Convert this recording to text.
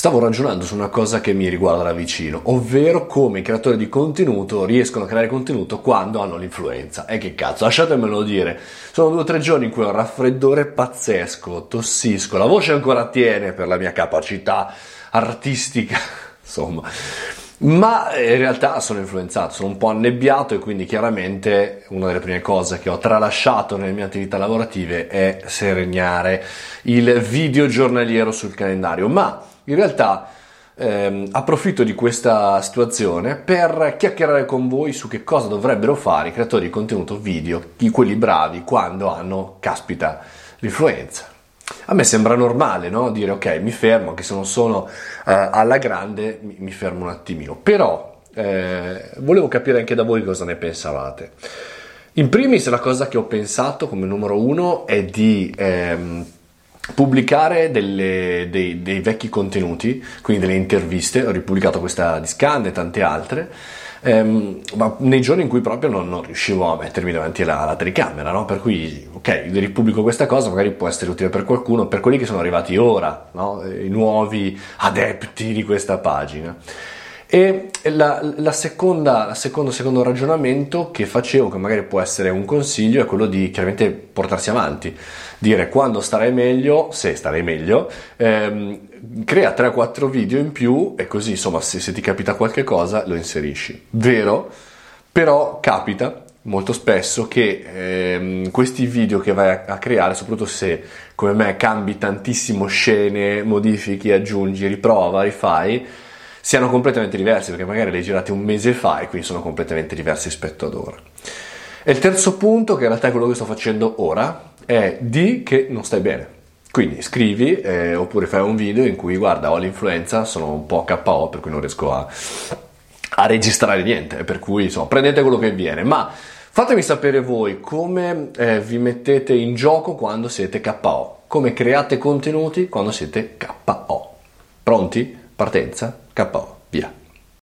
Stavo ragionando su una cosa che mi riguarda da vicino, ovvero come i creatori di contenuto riescono a creare contenuto quando hanno l'influenza. E che cazzo, lasciatemelo dire, sono 2 o 3 giorni in cui ho un raffreddore pazzesco, tossisco, la voce ancora tiene per la mia capacità artistica, insomma, ma in realtà sono influenzato, sono un po' annebbiato e quindi chiaramente una delle prime cose che ho tralasciato nelle mie attività lavorative è segnare il video giornaliero sul calendario, ma in realtà approfitto di questa situazione per chiacchierare con voi su che cosa dovrebbero fare i creatori di contenuto video, quelli bravi, quando hanno, caspita, l'influenza. A me sembra normale, no? Dire ok, mi fermo, anche se non sono alla grande, mi fermo un attimino. Però volevo capire anche da voi cosa ne pensavate. In primis la cosa che ho pensato come numero 1 è di pubblicare dei vecchi contenuti, quindi delle interviste. Ho ripubblicato questa di Scand e tante altre, ma nei giorni in cui proprio non riuscivo a mettermi davanti alla telecamera, no? Per cui ok, ripubblico questa cosa, magari può essere utile per qualcuno, per quelli che sono arrivati ora, no? I nuovi adepti di questa pagina. E il secondo ragionamento che facevo, che magari può essere un consiglio, è quello di chiaramente portarsi avanti, dire quando starai meglio, se starai meglio, crea 3-4 video in più e così insomma se ti capita qualche cosa lo inserisci. Vero? Però capita molto spesso che questi video che vai a creare, soprattutto se come me cambi tantissimo scene, modifichi, aggiungi, riprova, rifai, siano completamente diversi, perché magari li hai girati un mese fa e quindi sono completamente diversi rispetto ad ora. E il terzo punto, che in realtà è quello che sto facendo ora, è di che non stai bene. Quindi scrivi oppure fai un video in cui guarda, ho l'influenza, sono un po' KO, per cui non riesco a registrare niente, per cui insomma prendete quello che viene, ma fatemi sapere voi come vi mettete in gioco quando siete KO, come create contenuti quando siete KO. Pronti? Partenza, KO, via.